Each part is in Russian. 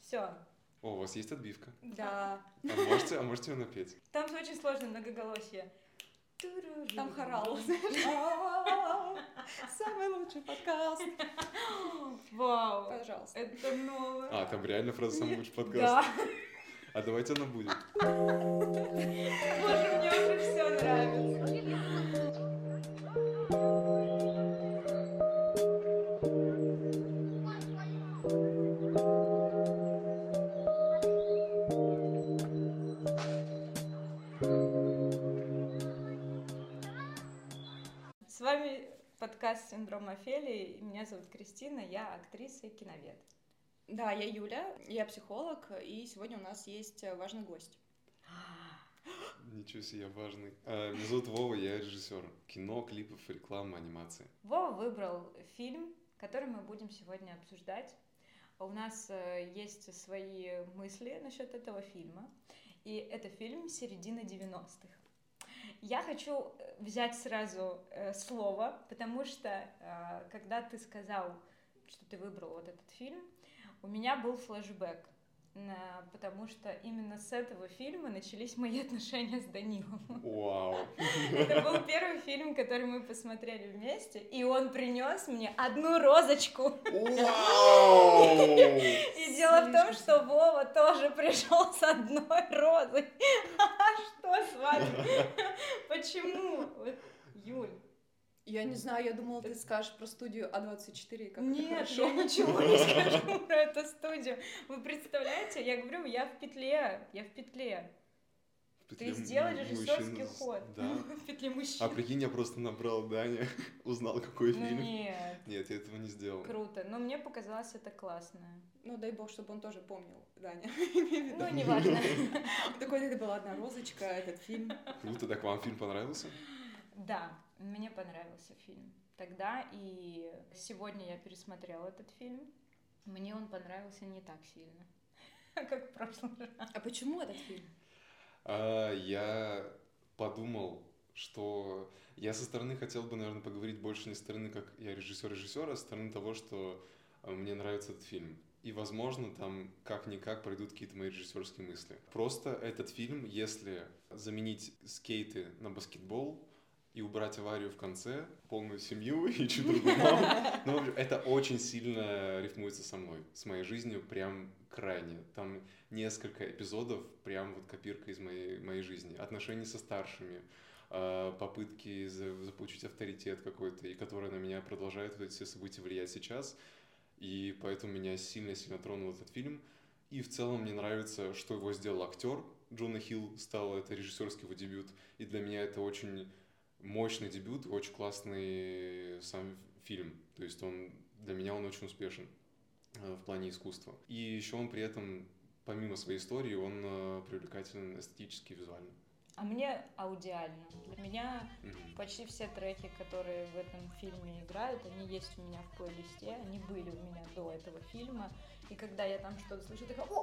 Все. О, у вас есть отбивка? Да. А можете ее напеть? Там очень сложное многоголосие. Там хорал. Самый лучший подкаст. Вау. Пожалуйста. Это новое. А, там реально фраза «самый лучший подкаст». Да. А давайте она будет. Боже, мне уже все нравится. С вами подкаст «Синдром Офелии». Меня зовут Кристина, я актриса и киновед. Да, я Юля, я психолог, и сегодня у нас есть важный гость. Ничего себе, я важный. Меня зовут Вова, я режиссер кино, клипов, рекламы, анимации. Вова выбрал фильм, который мы будем сегодня обсуждать. У нас есть свои мысли насчет этого фильма. И это фильм середины 90-х. Я хочу взять сразу слово, потому что когда ты сказал, что ты выбрал вот этот фильм, у меня был флешбэк, потому что именно с этого фильма начались мои отношения с Данилом. Вау. Это был первый фильм, который мы посмотрели вместе, и он принес мне одну розочку. Вау! И дело в том, что Вова тоже пришел с одной розой. Что с вами? Почему? Юль. Я не знаю, я думала, ты скажешь про студию А24, как Нет, это хорошо. я ничего не скажу про эту студию. Вы представляете, я говорю, я в петле. Ты сделал режиссерский ход. Да. В петле мужчин. А прикинь, я просто набрал Даня, узнал, какой Ну фильм. нет. Нет, я этого не сделал. Круто, но мне показалось это классно. Ну, дай бог, чтобы он тоже помнил, Даня. Ну, неважно. Такой, это была одна розочка, этот фильм. Круто, так вам фильм понравился? Да, мне понравился фильм тогда, и сегодня я пересмотрела этот фильм. Мне он понравился не так сильно, как в прошлом раз. А почему этот фильм? Я подумал, что я со стороны хотел бы, наверное, поговорить больше не со стороны, как я режиссер, а со стороны того, что мне нравится этот фильм. И, возможно, там как-никак пройдут какие-то мои режиссерские мысли. Просто этот фильм, если заменить скейты на баскетбол и убрать аварию в конце, полную семью и чудо маму, ну, это очень сильно рифмуется со мной, с моей жизнью, прям крайне. Там несколько эпизодов, прям вот копирка из моей жизни. Отношения со старшими, попытки заполучить авторитет какой-то, и которые на меня продолжают вот эти все события влиять сейчас. И поэтому меня сильно-сильно тронул этот фильм. И в целом мне нравится, что его сделал актер. Джона Хилл стал, это режиссерский его дебют. И для меня это очень мощный дебют, очень классный сам фильм. То есть для меня он очень успешен в плане искусства. И еще он при этом, помимо своей истории, он привлекателен эстетически и визуально. А мне аудиально. Для меня почти все треки, которые в этом фильме играют, они есть у меня в плейлисте, они были у меня до этого фильма. И когда я там что-то слышу, я такая: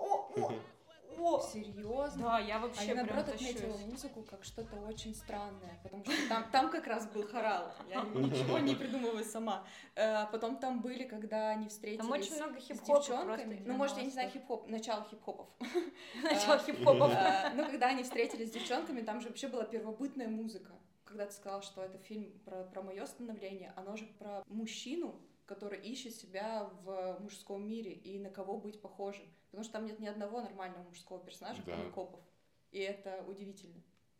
о! Серьезно? Да, я вообще я, прям наоборот, тащусь. отметила музыку как что-то очень странное, потому что там как раз был хорал, я ничего не придумываю сама. Потом там были, когда они встретились там очень много с хип-хопа девчонками. просто. Ну, может, я не знаю, начало хип-хопов. Начало хип-хопов. Ну, когда они встретились с девчонками, там же вообще была первобытная музыка. Когда ты сказала, что это фильм про мое становление, оно же про мужчину, который ищет себя в мужском мире и на кого быть похожим. Потому что там нет ни одного нормального мужского персонажа, кроме копов. И это удивительно.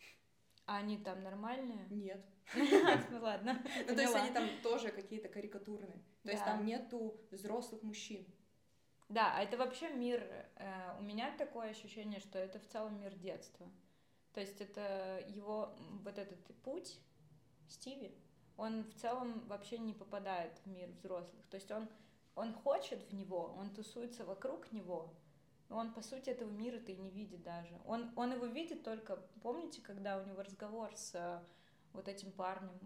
А они там нормальные? Нет. Ну ладно. Ну, то есть они там тоже какие-то карикатурные. То есть там нету взрослых мужчин. Да, а это вообще мир... У меня такое ощущение, что это в целом мир детства. То есть это его вот этот путь, Стиви, он в целом вообще не попадает в мир взрослых. То есть он хочет в него, он тусуется вокруг него, но он, по сути, этого мира-то и не видит даже. Он его видит только... Помните, когда у него разговор с вот этим парнем,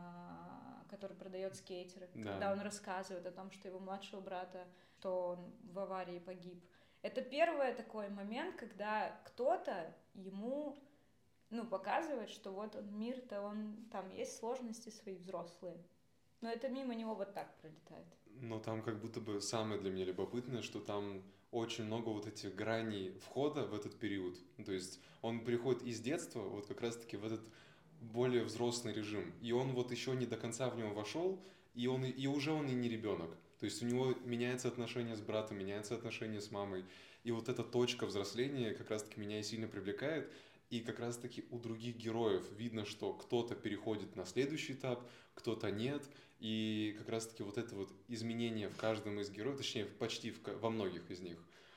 который продает скейтеры, да. Когда он рассказывает о том, что его младшего брата, что он в аварии погиб. Это первый такой момент, когда кто-то ему... показывает, что вот мир-то, там есть сложности свои взрослые. Но это мимо него вот так пролетает. Но там как будто бы самое для меня любопытное, что там очень много вот этих граней входа в этот период. Ну, то есть он переходит из детства вот как раз-таки в этот более взрослый режим. И он вот еще не до конца в него вошел, и уже он и не ребенок. То есть у него меняется отношение с братом, меняется отношение с мамой. И вот эта точка взросления как раз-таки меня и сильно привлекает. И как раз-таки у других героев видно, что кто-то переходит на следующий этап, кто-то нет. И как раз-таки вот это вот изменение в каждом из героев, точнее, почти во многих из них,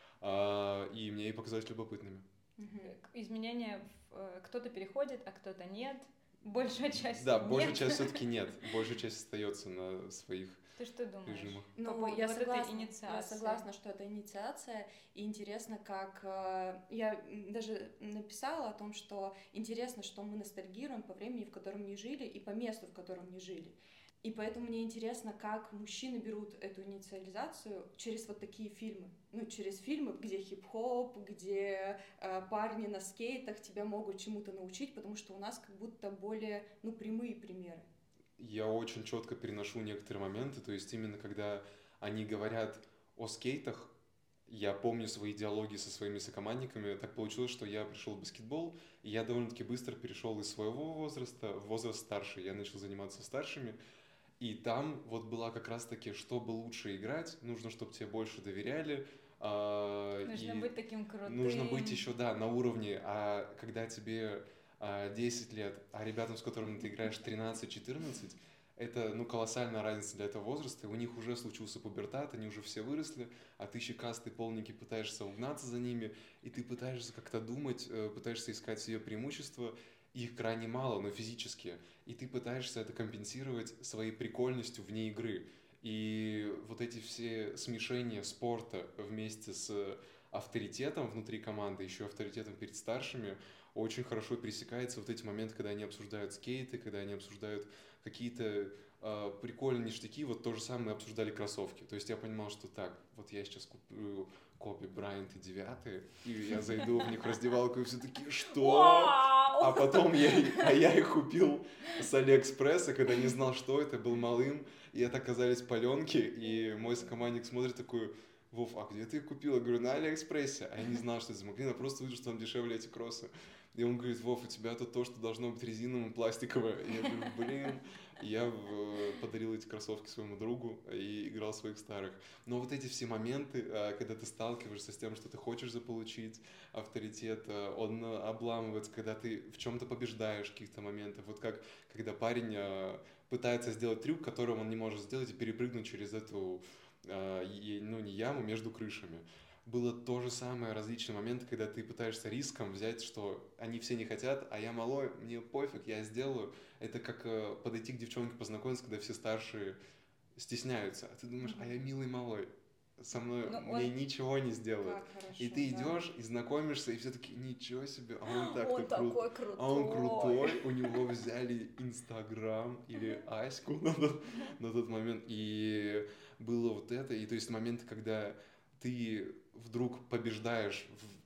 и мне и показались любопытными. Изменения, кто-то переходит, а кто-то нет. Большая часть Да, нет. большая часть все-таки нет. Большая часть остается на своих Ты что думаешь? режимах. Ну, я согласна, что это инициация, и интересно, как... Я даже написала о том, что интересно, что мы ностальгируем по времени, в котором не жили, и по месту, в котором не жили. И поэтому мне интересно, как мужчины берут эту инициализацию через вот такие фильмы. Ну, через фильмы, где хип-хоп, где парни на скейтах тебя могут чему-то научить, потому что у нас как будто более, прямые примеры. Я очень четко переношу некоторые моменты, то есть именно когда они говорят о скейтах, я помню свои диалоги со своими сокомандниками. Так получилось, что я пришел в баскетбол, и я довольно-таки быстро перешел из своего возраста в возраст старший. Я начал заниматься старшими, и там вот была как раз-таки, чтобы лучше играть, нужно, чтобы тебе больше доверяли. Нужно быть таким крутым. Нужно быть еще, да, на уровне. А когда тебе 10 лет, а ребятам, с которыми ты играешь 13-14, это, колоссальная разница для этого возраста. У них уже случился пубертат, они уже все выросли, а ты щекастый, полненький, пытаешься угнаться за ними, и ты пытаешься как-то думать, пытаешься искать себе преимущества. Их крайне мало, но физически. И ты пытаешься это компенсировать своей прикольностью вне игры. И вот эти все смешения спорта вместе с авторитетом внутри команды, еще авторитетом перед старшими, очень хорошо пересекается вот эти моменты, когда они обсуждают скейты, когда они обсуждают какие-то прикольные ништяки. Вот то же самое мы обсуждали кроссовки. То есть я понимал, что так, вот я сейчас куплю Коби Брайанты 9, и я зайду в них в раздевалку, и все такие, что? А потом я их купил с Алиэкспресса, когда не знал, что это, был малым, и это оказались паленки, и мой сокомандник смотрит такой: Вов, а где ты их купил? Я говорю, на Алиэкспрессе. А я не знал, что это за магазин, я просто увидел, что там дешевле эти кроссы. И он говорит: Вов, у тебя тут то, что должно быть резиновым и пластиковое. И я говорю, блин. И я подарил эти кроссовки своему другу и играл своих старых. Но вот эти все моменты, когда ты сталкиваешься с тем, что ты хочешь заполучить авторитет, он обламывается, когда ты в чем-то побеждаешь в каких-то моментах. Вот как когда парень пытается сделать трюк, которым он не может сделать, и перепрыгнуть через эту, не яму, между крышами. Было то же самое, различные моменты, когда ты пытаешься риском взять, что они все не хотят, а я малой, мне пофиг, я сделаю. Это как подойти к девчонке познакомиться, когда все старшие стесняются. А ты думаешь, а я милый малой, со мной мне ничего не сделают. Хорошо, и ты идешь и знакомишься, и все такие, ничего себе, а он такой крутой. А он крутой, у него взяли Инстаграм или Аську на тот момент. И было вот это, и то есть моменты, когда ты вдруг побеждаешь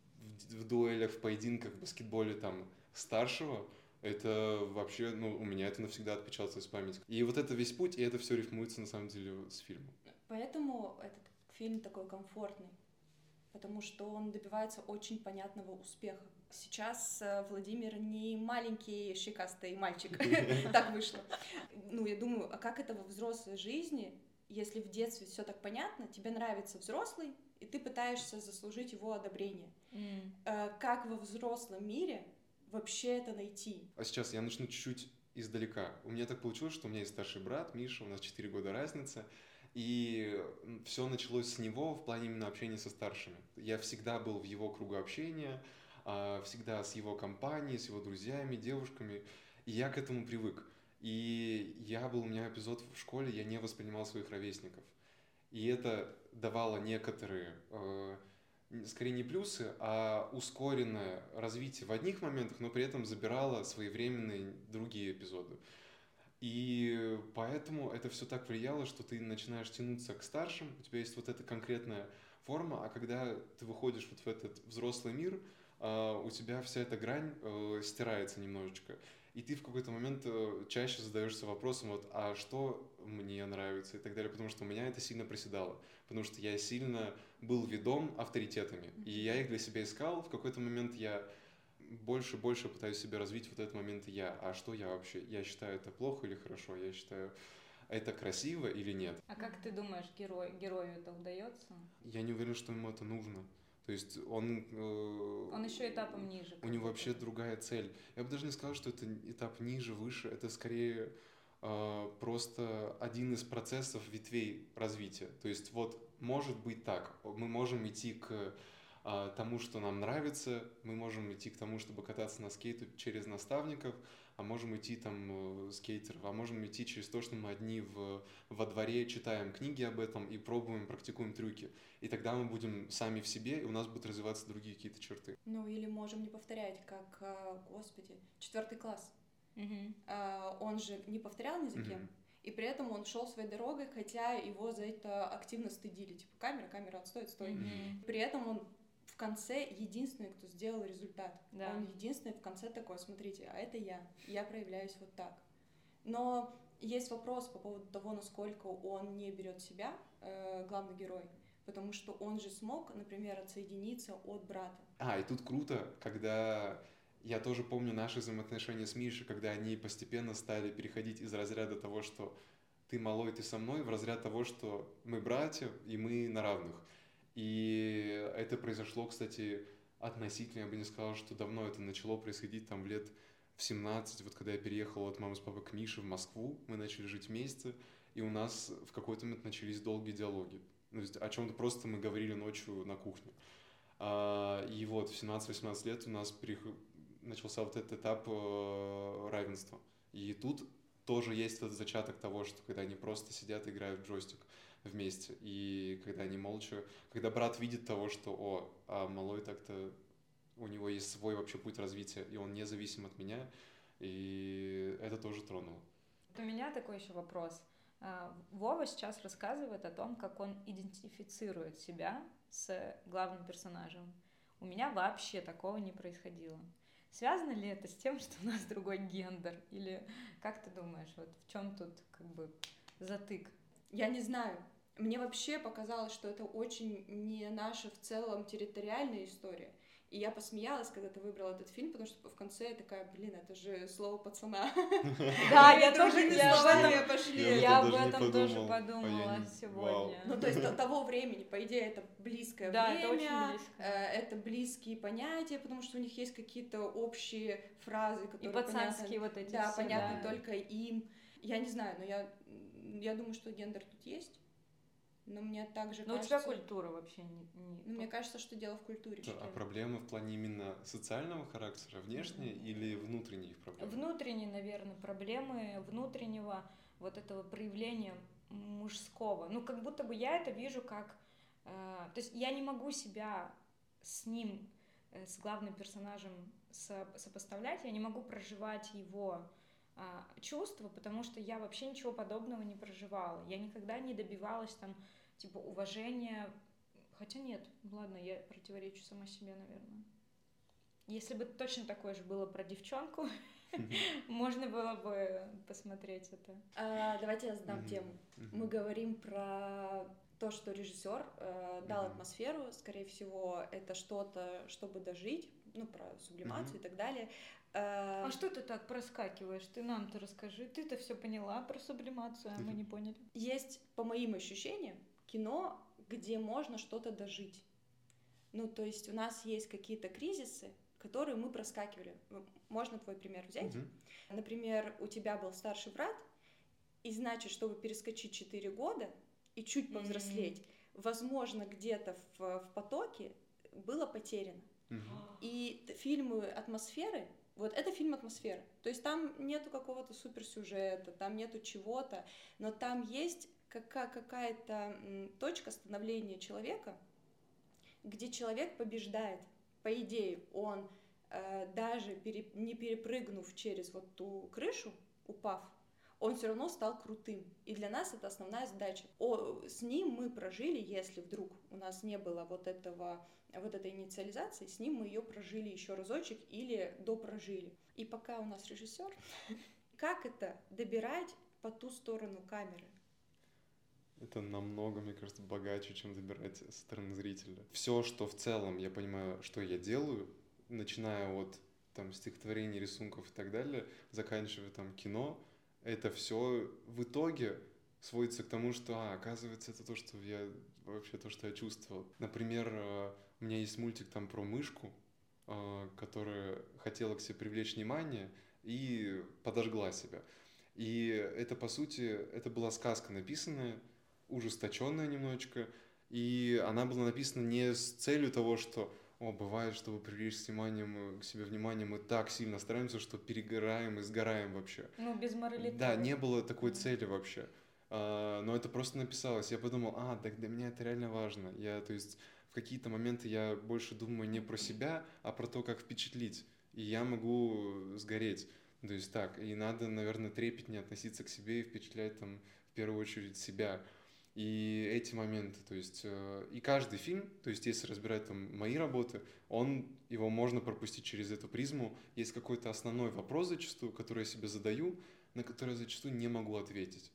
в дуэлях, в поединках, в баскетболе там старшего, это вообще, у меня это навсегда отпечаталось в памяти. И вот это весь путь, и это все рифмуется на самом деле с фильмом. Поэтому этот фильм такой комфортный, потому что он добивается очень понятного успеха. Сейчас Владимир не маленький щекастый мальчик, так вышло. Я думаю, а как это во взрослой жизни, если в детстве все так понятно, тебе нравится взрослый, и ты пытаешься заслужить его одобрение. Как во взрослом мире вообще это найти? А сейчас я начну чуть-чуть издалека. У меня так получилось, что у меня есть старший брат Миша, у нас 4 года разница, и все началось с него в плане именно общения со старшими. Я всегда был в его кругу общения, всегда с его компанией, с его друзьями, девушками, и я к этому привык. И у меня эпизод в школе, я не воспринимал своих ровесников. И это давало некоторые, скорее не плюсы, а ускоренное развитие в одних моментах, но при этом забирало своевременные другие эпизоды. И поэтому это все так влияло, что ты начинаешь тянуться к старшим, у тебя есть вот эта конкретная форма, а когда ты выходишь вот в этот взрослый мир, у тебя вся эта грань стирается немножечко. И ты в какой-то момент чаще задаешься вопросом, а что мне нравится и так далее, потому что у меня это сильно проседало, потому что я сильно был ведом авторитетами, и я их для себя искал, в какой-то момент я больше пытаюсь себя развить вот этот момент я. А что я вообще? Я считаю это плохо или хорошо? Я считаю это красиво или нет? А как ты думаешь, герою это удается? Я не уверен, что ему это нужно. То есть он еще этапом ниже. У него вообще другая цель. Я бы даже не сказал, что это этап ниже, выше. Это скорее просто один из процессов ветвей развития. То есть вот может быть так. Мы можем идти к тому, что нам нравится. Мы можем идти к тому, чтобы кататься на скейту через наставников. А можем идти там скейтеров, а можем идти через то, что мы одни во дворе читаем книги об этом и пробуем, практикуем трюки. И тогда мы будем сами в себе, и у нас будут развиваться другие какие-то черты. Ну, или можем не повторять, как, господи, 4 класс. Он же не повторял ни за кем, и при этом он шел своей дорогой, хотя его за это активно стыдили. Типа, камера, отстой. При этом он в конце единственный, кто сделал результат. Да. Он единственный в конце такой: смотрите, а это я проявляюсь вот так. Но есть вопрос по поводу того, насколько он не берет себя, главный герой, потому что он же смог, например, отсоединиться от брата. И тут круто, когда я тоже помню наши взаимоотношения с Мишей, когда они постепенно стали переходить из разряда того, что ты малой, ты со мной, в разряд того, что мы братья и мы на равных. И это произошло, кстати, относительно, я бы не сказал, что давно это начало происходить, там лет в 17, вот когда я переехал от мамы с папой к Мише в Москву, мы начали жить вместе, и у нас в какой-то момент начались долгие диалоги. То есть о чем-то просто мы говорили ночью на кухне. И вот в 17-18 лет у нас начался вот этот этап равенства. И тут тоже есть этот зачаток того, что когда они просто сидят и играют в джойстик вместе, и когда они молча, когда брат видит того, что, малой так-то, у него есть свой вообще путь развития, и он независим от меня, и это тоже тронуло. У меня такой еще вопрос. Вова сейчас рассказывает о том, как он идентифицирует себя с главным персонажем. У меня вообще такого не происходило. Связано ли это с тем, что у нас другой гендер? Или как ты думаешь, вот в чем тут как бы затык? Я не знаю. Мне вообще показалось, что это очень не наша в целом территориальная история. И я посмеялась, когда ты выбрала этот фильм, потому что в конце я такая: блин, это же слово пацана. Да, я тоже пошли. Я об этом тоже подумала сегодня. Ну, то есть того времени, по идее, это близкое время. Да, это очень близко. Это близкие понятия, потому что у них есть какие-то общие фразы, которые и пацанские вот эти. Да, понятны только им. Я не знаю, но я думаю, что гендер тут есть. Но мне также кажется... Но у тебя культура вообще не... Мне кажется, что дело в культуре. А проблемы в плане именно социального характера, внешние или внутренние их проблемы? Внутренние, наверное, проблемы внутреннего вот этого проявления мужского. Ну, как будто бы я это вижу как... то есть я не могу себя с ним, с главным персонажем сопоставлять, я не могу проживать его чувства, потому что я вообще ничего подобного не проживала. Я никогда не добивалась там, типа, уважения. Хотя нет, ладно, я противоречу сама себе, наверное. Если бы точно такое же было про девчонку, можно было бы посмотреть это. Давайте я задам тему. Мы говорим про то, что режиссер дал атмосферу, скорее всего, это что-то, чтобы дожить, ну, про сублимацию и так далее. А что ты так проскакиваешь? Ты нам-то расскажи. Ты-то все поняла про сублимацию, а мы не поняли. Есть, по моим ощущениям, кино, где можно что-то дожить. Ну, то есть у нас есть какие-то кризисы, которые мы проскакивали. Можно твой пример взять? Например, у тебя был старший брат, и значит, чтобы перескочить 4 года и чуть повзрослеть, возможно, где-то в потоке было потеряно. И фильмы атмосферы, вот это фильм атмосферы. То есть там нету какого-то суперсюжета, там нету чего-то, но там есть какая-то точка становления человека, где человек побеждает. По идее, он даже не перепрыгнув через вот ту крышу, упав, он все равно стал крутым. И для нас это основная задача. С ним мы прожили, если вдруг у нас не было вот этой инициализации, с ним мы ее прожили еще разочек или допрожили. И пока у нас режиссер, как это добирать по ту сторону камеры? Это намного, мне кажется, богаче, чем добирать со стороны зрителя. Все, что в целом я понимаю, что я делаю, начиная от там стихотворений, рисунков и так далее, заканчивая там кино, это все в итоге сводится к тому, что, оказывается, это то, что я чувствовал. Например, у меня есть мультик там про мышку, которая хотела к себе привлечь внимание и подожгла себя. И это, по сути, это была сказка написанная, ужесточенная немножечко, и она была написана не с целью того, что бывает, чтобы привлечь к себе внимание, мы так сильно стараемся, что перегораем и сгораем вообще. Ну, без моралитета. Да, не было такой цели вообще. Но это просто написалось. Я подумал, так для меня это реально важно. То есть, в какие-то моменты я больше думаю не про себя, а про то, как впечатлить. И я могу сгореть. То есть так, и надо, наверное, трепетнее относиться к себе и впечатлять там в первую очередь себя. И эти моменты, то есть, и каждый фильм, то есть, если разбирать там мои работы, его можно пропустить через эту призму. Есть какой-то основной вопрос зачастую, который я себе задаю, на который я зачастую не могу ответить.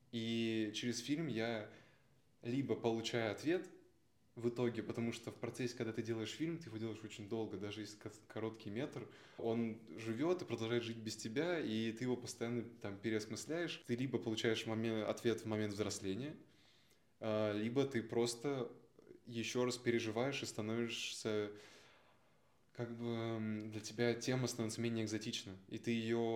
И через фильм я либо получаю ответ в итоге, потому что в процессе, когда ты делаешь фильм, ты его делаешь очень долго, даже если короткий метр, он живет и продолжает жить без тебя, и ты его постоянно там переосмысляешь. Ты либо получаешь ответ в момент взросления, либо ты просто еще раз переживаешь и становишься, как бы для тебя тема становится менее экзотична, и ты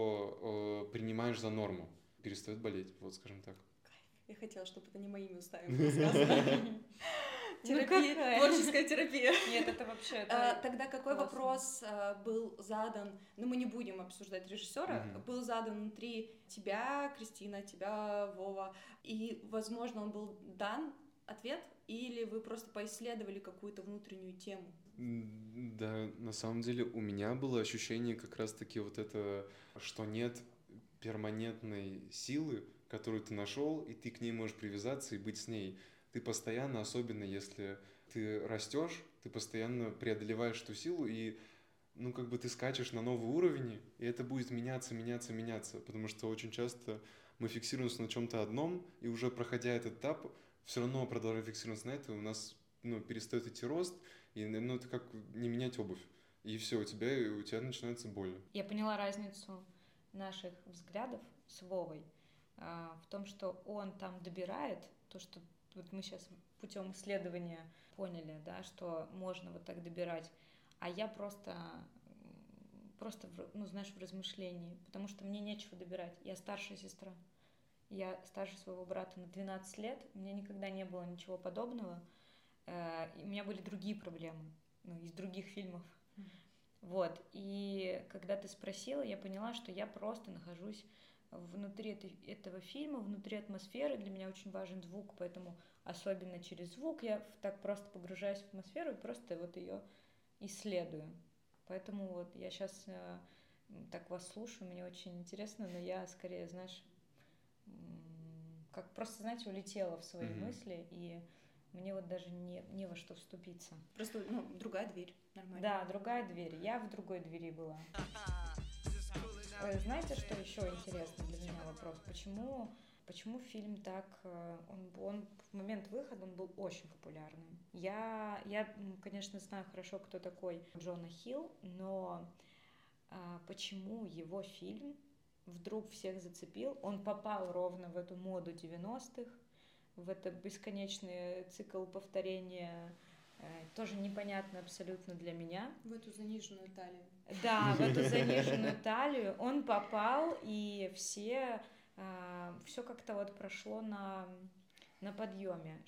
ее принимаешь за норму, перестает болеть, вот скажем так. Я хотела, чтобы это не моими устами было сказано. Терапия, творческая терапия. Нет, это вообще... Тогда какой вопрос был задан, мы не будем обсуждать режиссера, был задан внутри тебя, Кристина, тебя, Вова, и, возможно, он был дан ответ, или вы просто поисследовали какую-то внутреннюю тему? Да, на самом деле у меня было ощущение как раз-таки вот это, что нет перманентной силы, которую ты нашел, и ты к ней можешь привязаться и быть с ней. Ты постоянно, особенно если ты растешь, ты постоянно преодолеваешь эту силу, и как бы ты скачешь на новый уровень, и это будет меняться, потому что очень часто мы фиксируемся на чем-то одном, и уже проходя этот этап, все равно продолжаем фиксироваться на это, у нас перестает идти рост, и это как не менять обувь. И все, у тебя начинается боль. Я поняла разницу наших взглядов с Вовой в том, что он там добирает то, что вот мы сейчас путем исследования поняли, да, что можно вот так добирать, а я просто в размышлении, потому что мне нечего добирать. Я старшая сестра. Я старше своего брата на 12 лет, у меня никогда не было ничего подобного, и у меня были другие проблемы, из других фильмов. Вот, и когда ты спросила, я поняла, что я просто нахожусь внутри этого фильма, внутри атмосферы. Для меня очень важен звук, поэтому особенно через звук я так просто погружаюсь в атмосферу и просто вот ее исследую. Поэтому вот я сейчас так вас слушаю, мне очень интересно, но я скорее, знаешь, как просто, знаете, улетела в свои мысли, и мне вот даже не во что вступиться. Просто, другая дверь, нормально. Да, другая дверь. Я в другой двери была. Знаете, что еще интересно для меня вопрос? Почему фильм так... Он в момент выхода он был очень популярным. Я, конечно, знаю хорошо, кто такой Джона Хилл, но почему его фильм вдруг всех зацепил? Он попал ровно в эту моду 90-х, в этот бесконечный цикл повторения, тоже непонятно абсолютно для меня. В эту заниженную талию. Да, в эту заниженную талию он попал, и все как-то вот прошло на подъеме.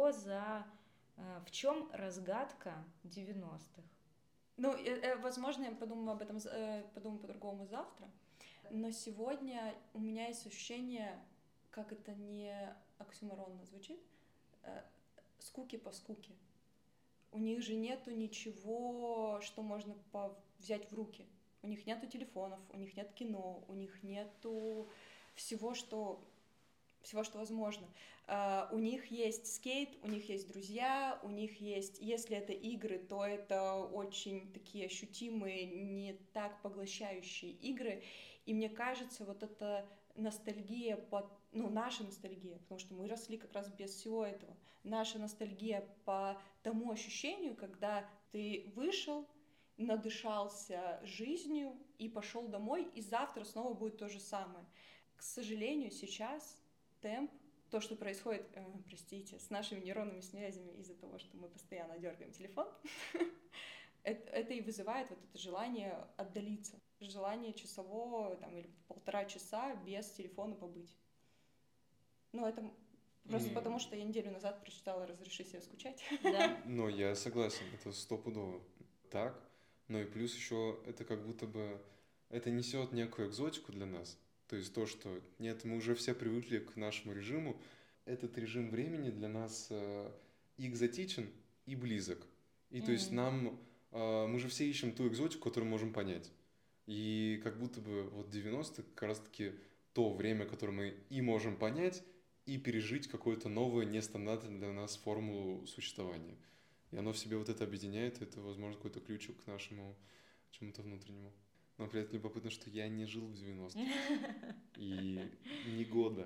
В чем разгадка 90-х? Возможно, я подумаю об этом, подумаю по-другому завтра, но сегодня у меня есть ощущение, как это не оксюморонно звучит, скуки по скуке. У них же нету ничего, что можно взять в руки. У них нету телефонов, у них нет кино, у них нету всего, что возможно. У них есть скейт, у них есть друзья, у них есть... Если это игры, то это очень такие ощутимые, не так поглощающие игры. И мне кажется, вот эта ностальгия по наша ностальгия, потому что мы росли как раз без всего этого. Наша ностальгия по тому ощущению, когда ты вышел, надышался жизнью и пошел домой, и завтра снова будет то же самое. К сожалению, сейчас темп, то, что происходит, с нашими нейронными связями из-за того, что мы постоянно дергаем телефон, это и вызывает вот это желание отдалиться, желание часового или 1,5 часа без телефона побыть. Это просто потому, что я неделю назад прочитала «Разреши себе скучать». Да. Но я согласен, это стопудово так. Но и плюс еще это как будто бы это несет некую экзотику для нас. То есть то, что нет, мы уже все привыкли к нашему режиму. Этот режим времени для нас и экзотичен, и близок. И то есть мы же все ищем ту экзотику, которую можем понять. И как будто бы вот 90-е как раз-таки то время, которое мы и можем понять, и пережить какую-то новую, нестандартную для нас формулу существования. И оно в себе вот это объединяет, это, возможно, какой-то ключик к нашему чему-то внутреннему. Но при этом любопытно, что я не жил в 90-х. И ни года.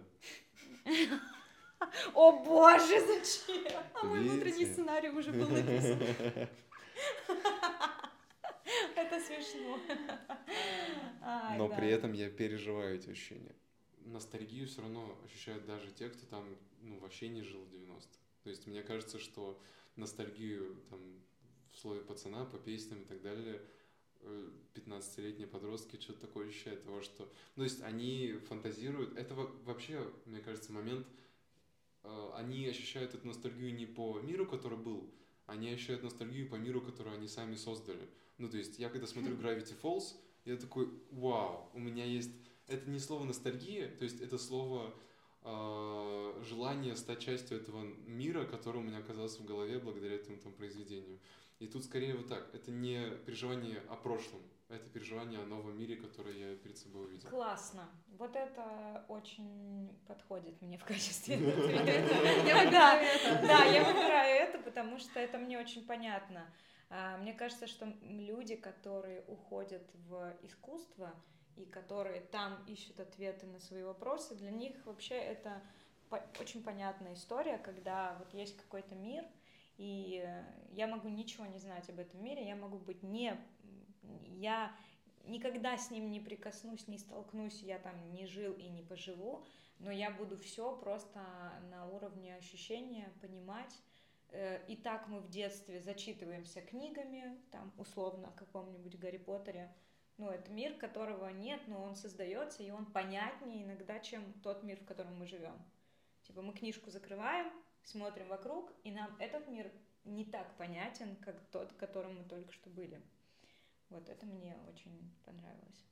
О боже, зачем? А мой внутренний сценарий уже был написан. Это смешно. Но при этом я переживаю эти ощущения. Ностальгию все равно ощущают даже те, кто там вообще не жил в 90-х. То есть мне кажется, что ностальгию там в слове пацана по песням и так далее 15-летние подростки что-то такое ощущают того, что... То есть они фантазируют. Это вообще, мне кажется, момент... Они ощущают эту ностальгию не по миру, который был, они ощущают ностальгию по миру, который они сами создали. То есть я когда смотрю Gravity Falls, я такой, вау, у меня есть... Это не слово ностальгия, то есть это слово желание стать частью этого мира, который у меня оказался в голове благодаря этому произведению. И тут скорее вот так. Это не переживание о прошлом, это переживание о новом мире, который я перед собой увидел. Классно. Вот это очень подходит мне в качестве ответа. Да, я выбираю это, потому что это мне очень понятно. Мне кажется, что люди, которые уходят в искусство и которые там ищут ответы на свои вопросы, для них вообще это очень понятная история, когда вот есть какой-то мир, и я могу ничего не знать об этом мире, я могу быть я никогда с ним не прикоснусь, не столкнусь, я там не жил и не поживу, но я буду все просто на уровне ощущения понимать. И так мы в детстве зачитываемся книгами, там условно о каком-нибудь Гарри Поттере. Это мир, которого нет, но он создается, и он понятнее иногда, чем тот мир, в котором мы живем. Мы книжку закрываем, смотрим вокруг, и нам этот мир не так понятен, как тот, в котором мы только что были. Вот это мне очень понравилось.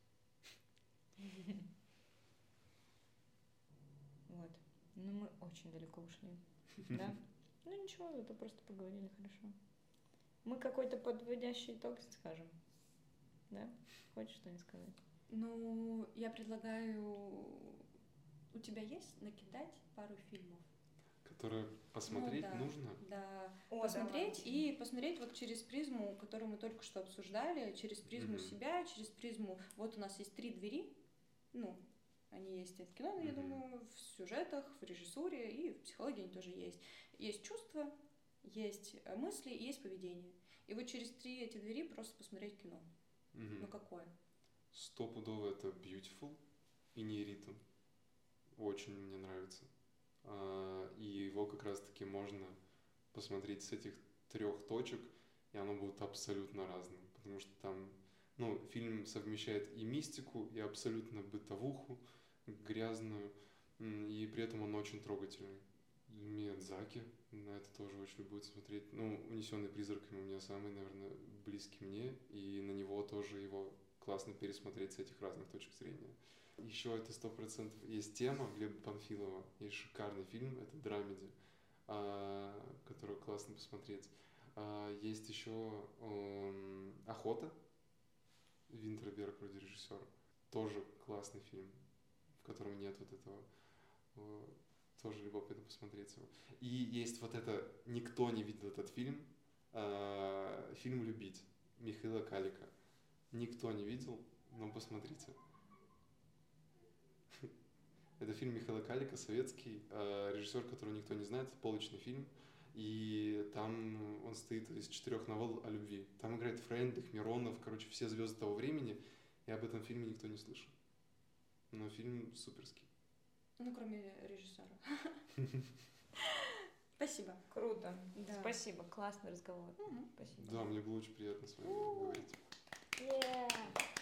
Вот. Мы очень далеко ушли. Да? Ничего, это просто поговорили хорошо. Мы какой-то подводящий итог скажем. Да? Хочешь что-нибудь сказать? Я предлагаю... У тебя есть накидать пару фильмов? Которые посмотреть нужно? Да. Посмотреть и посмотреть вот через призму, которую мы только что обсуждали, через призму себя, через призму... Вот у нас есть 3 двери, они есть в кино, я думаю, в сюжетах, в режиссуре и в психологии они тоже есть. Есть чувства, есть мысли и есть поведение. И вот через 3 эти двери просто посмотреть кино. Какое? Стопудово это Beautiful и Нейритон. Очень мне нравится. И его как раз-таки можно посмотреть с этих 3 точек, и оно будет абсолютно разным. Потому что там, фильм совмещает и мистику, и абсолютно бытовуху, грязную, и при этом он очень трогательный. Миядзаки, на это тоже очень будет смотреть. «Унесенный призраками» у меня самый, наверное, близкий мне, и на него тоже его классно пересмотреть с этих разных точек зрения. Еще это 100% есть тема Глеба Панфилова, есть шикарный фильм, это «Драмеди», который классно посмотреть. Есть еще «Охота», Винтерберг вроде режиссер, тоже классный фильм, в котором нет вот этого, тоже любопытно посмотреть его. И есть вот это, никто не видел этот фильм, фильм «Любить» Михаила Калика. Никто не видел, но посмотрите. Это фильм Михаила Калика, советский, режиссер, которого никто не знает, полочный фильм. И там он состоит из 4 новелл о любви. Там играет Фрейндлих, Миронов, короче, все звезды того времени. И об этом фильме никто не слышал. Но фильм суперский. Ну, кроме режиссера. Спасибо. Круто. Да. Спасибо. Классный разговор. Мгм. Спасибо. Да, мне было очень приятно с вами говорить. Yeah.